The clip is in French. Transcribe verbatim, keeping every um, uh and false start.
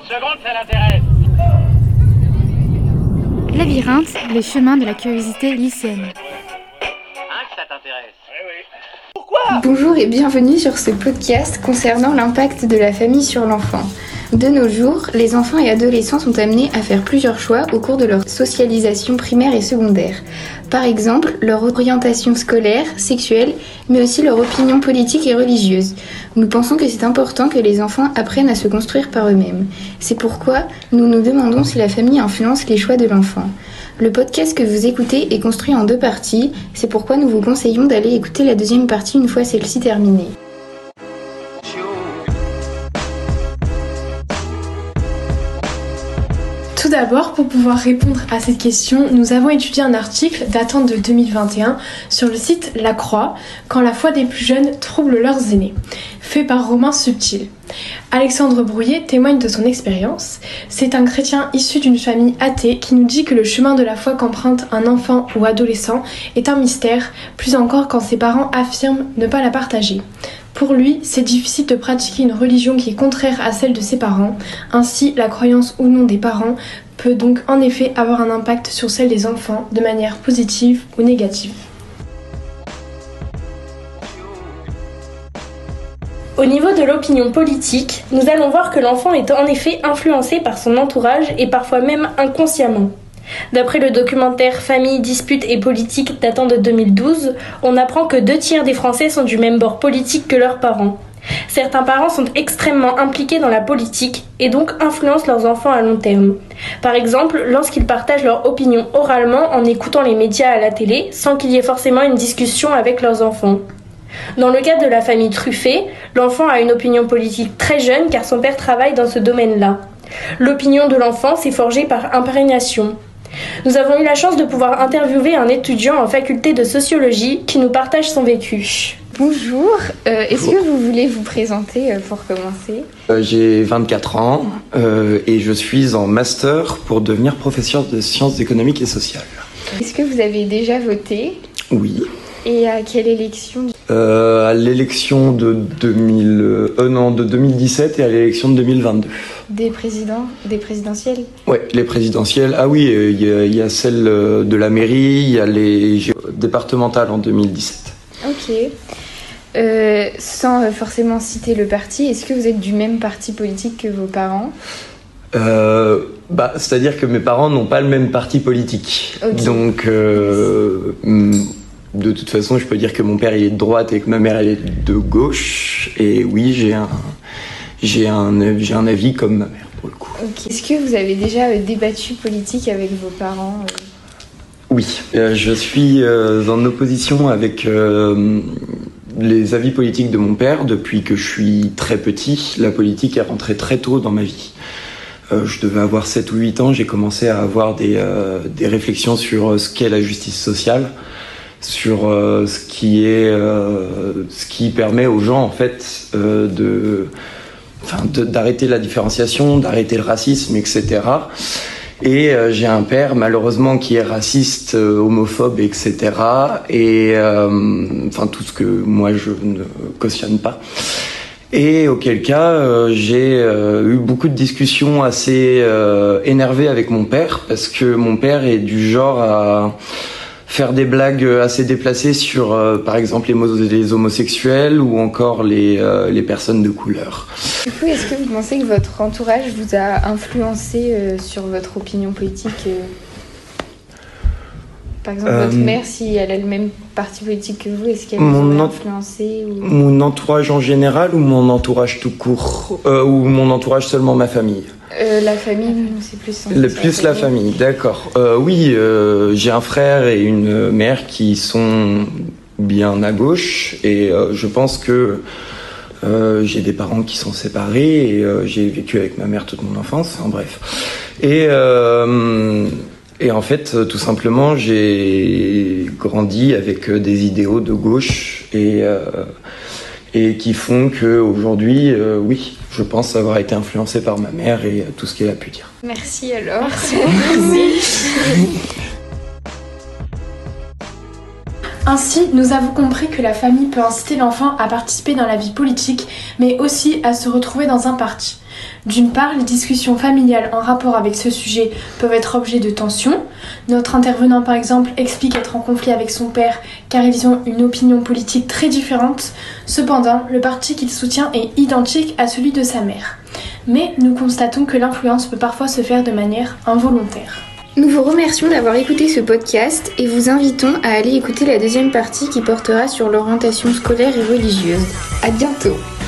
secondes, ça l'intéresse. Labyrinthe, les chemins de la curiosité lycéenne. Hein, que ça t'intéresse? Oui, oui. Pourquoi ? Bonjour et bienvenue sur ce podcast concernant l'impact de la famille sur l'enfant. De nos jours, les enfants et adolescents sont amenés à faire plusieurs choix au cours de leur socialisation primaire et secondaire. Par exemple, leur orientation scolaire, sexuelle, mais aussi leur opinion politique et religieuse. Nous pensons que c'est important que les enfants apprennent à se construire par eux-mêmes. C'est pourquoi nous nous demandons si la famille influence les choix de l'enfant. Le podcast que vous écoutez est construit en deux parties, c'est pourquoi nous vous conseillons d'aller écouter la deuxième partie une fois celle-ci terminée. Tout d'abord, pour pouvoir répondre à cette question, nous avons étudié un article datant de deux mille vingt et un sur le site La Croix, Quand la foi des plus jeunes trouble leurs aînés, fait par Romain Subtil. Alexandre Brouillet témoigne de son expérience. C'est un chrétien issu d'une famille athée qui nous dit que le chemin de la foi qu'emprunte un enfant ou adolescent est un mystère, plus encore quand ses parents affirment ne pas la partager. Pour lui, c'est difficile de pratiquer une religion qui est contraire à celle de ses parents. Ainsi, la croyance ou non des parents peut donc en effet avoir un impact sur celle des enfants de manière positive ou négative. Au niveau de l'opinion politique, nous allons voir que l'enfant est en effet influencé par son entourage et parfois même inconsciemment. D'après le documentaire Famille, disputes et politique datant de deux mille douze, on apprend que deux tiers des Français sont du même bord politique que leurs parents. Certains parents sont extrêmement impliqués dans la politique et donc influencent leurs enfants à long terme. Par exemple, lorsqu'ils partagent leur opinion oralement en écoutant les médias à la télé sans qu'il y ait forcément une discussion avec leurs enfants. Dans le cas de la famille Truffet, l'enfant a une opinion politique très jeune car son père travaille dans ce domaine-là. L'opinion de l'enfant s'est forgée par imprégnation. Nous avons eu la chance de pouvoir interviewer un étudiant en faculté de sociologie qui nous partage son vécu. Bonjour, euh, est-ce que vous voulez vous présenter euh, pour commencer ? euh, J'ai vingt-quatre ans euh, et je suis en master pour devenir professeur de sciences économiques et sociales. Est-ce que vous avez déjà voté ? Oui. Et à quelle élection ? euh, À l'élection de, deux mille, euh, non, de deux mille dix-sept et à l'élection de deux mille vingt-deux. Des présidents, des présidentielles ? Oui, les présidentielles. Ah oui, il euh, y, y a celle de la mairie, il y a les départementales en deux mille dix-sept. Ok. Euh, sans forcément citer le parti, est-ce que vous êtes du même parti politique que vos parents ? euh, bah, C'est-à-dire que mes parents n'ont pas le même parti politique. Okay. Donc... Euh, De toute façon, je peux dire que mon père il est de droite et que ma mère elle est de gauche. Et oui, j'ai un, j'ai un, j'ai un avis comme ma mère pour le coup. Okay. Est-ce que vous avez déjà débattu politique avec vos parents ? Oui, euh, je suis euh, en opposition avec euh, les avis politiques de mon père depuis que je suis très petit. La politique est rentrée très tôt dans ma vie. Euh, je devais avoir sept ou huit ans, j'ai commencé à avoir des, euh, des réflexions sur ce qu'est la justice sociale, sur euh, ce qui est euh, ce qui permet aux gens en fait euh, de enfin de, d'arrêter la différenciation, d'arrêter le racisme, et cetera. Et euh, j'ai un père malheureusement qui est raciste, euh, homophobe, et cetera. Et euh, enfin tout ce que moi je ne cautionne pas. Et auquel cas euh, j'ai euh, eu beaucoup de discussions assez euh, énervées avec mon père parce que mon père est du genre à faire des blagues assez déplacées sur, euh, par exemple, les, mo- les homosexuels ou encore les, euh, les personnes de couleur. Du coup, est-ce que vous pensez que votre entourage vous a influencé euh, sur votre opinion politique euh... Par exemple, euh, votre mère, si elle a le même parti politique que vous, est-ce qu'elle vous a influencé ou... Mon entourage en général ou mon entourage tout court euh, ou mon entourage seulement ma famille? Euh, la famille, c'est plus... Le plus la famille, d'accord. Euh, oui, euh, j'ai un frère et une mère qui sont bien à gauche et euh, je pense que euh, j'ai des parents qui sont séparés et euh, j'ai vécu avec ma mère toute mon enfance, en bref. Et, euh, et en fait, tout simplement, j'ai grandi avec des idéaux de gauche et... Euh, et qui font qu'aujourd'hui, euh, oui, je pense avoir été influencé par ma mère et tout ce qu'elle a pu dire. Merci alors. Merci. Ainsi, nous avons compris que la famille peut inciter l'enfant à participer dans la vie politique, mais aussi à se retrouver dans un parti. D'une part, les discussions familiales en rapport avec ce sujet peuvent être objet de tensions. Notre intervenant, par exemple, explique être en conflit avec son père car ils ont une opinion politique très différente. Cependant, le parti qu'il soutient est identique à celui de sa mère. Mais nous constatons que l'influence peut parfois se faire de manière involontaire. Nous vous remercions d'avoir écouté ce podcast et vous invitons à aller écouter la deuxième partie qui portera sur l'orientation scolaire et religieuse. À bientôt!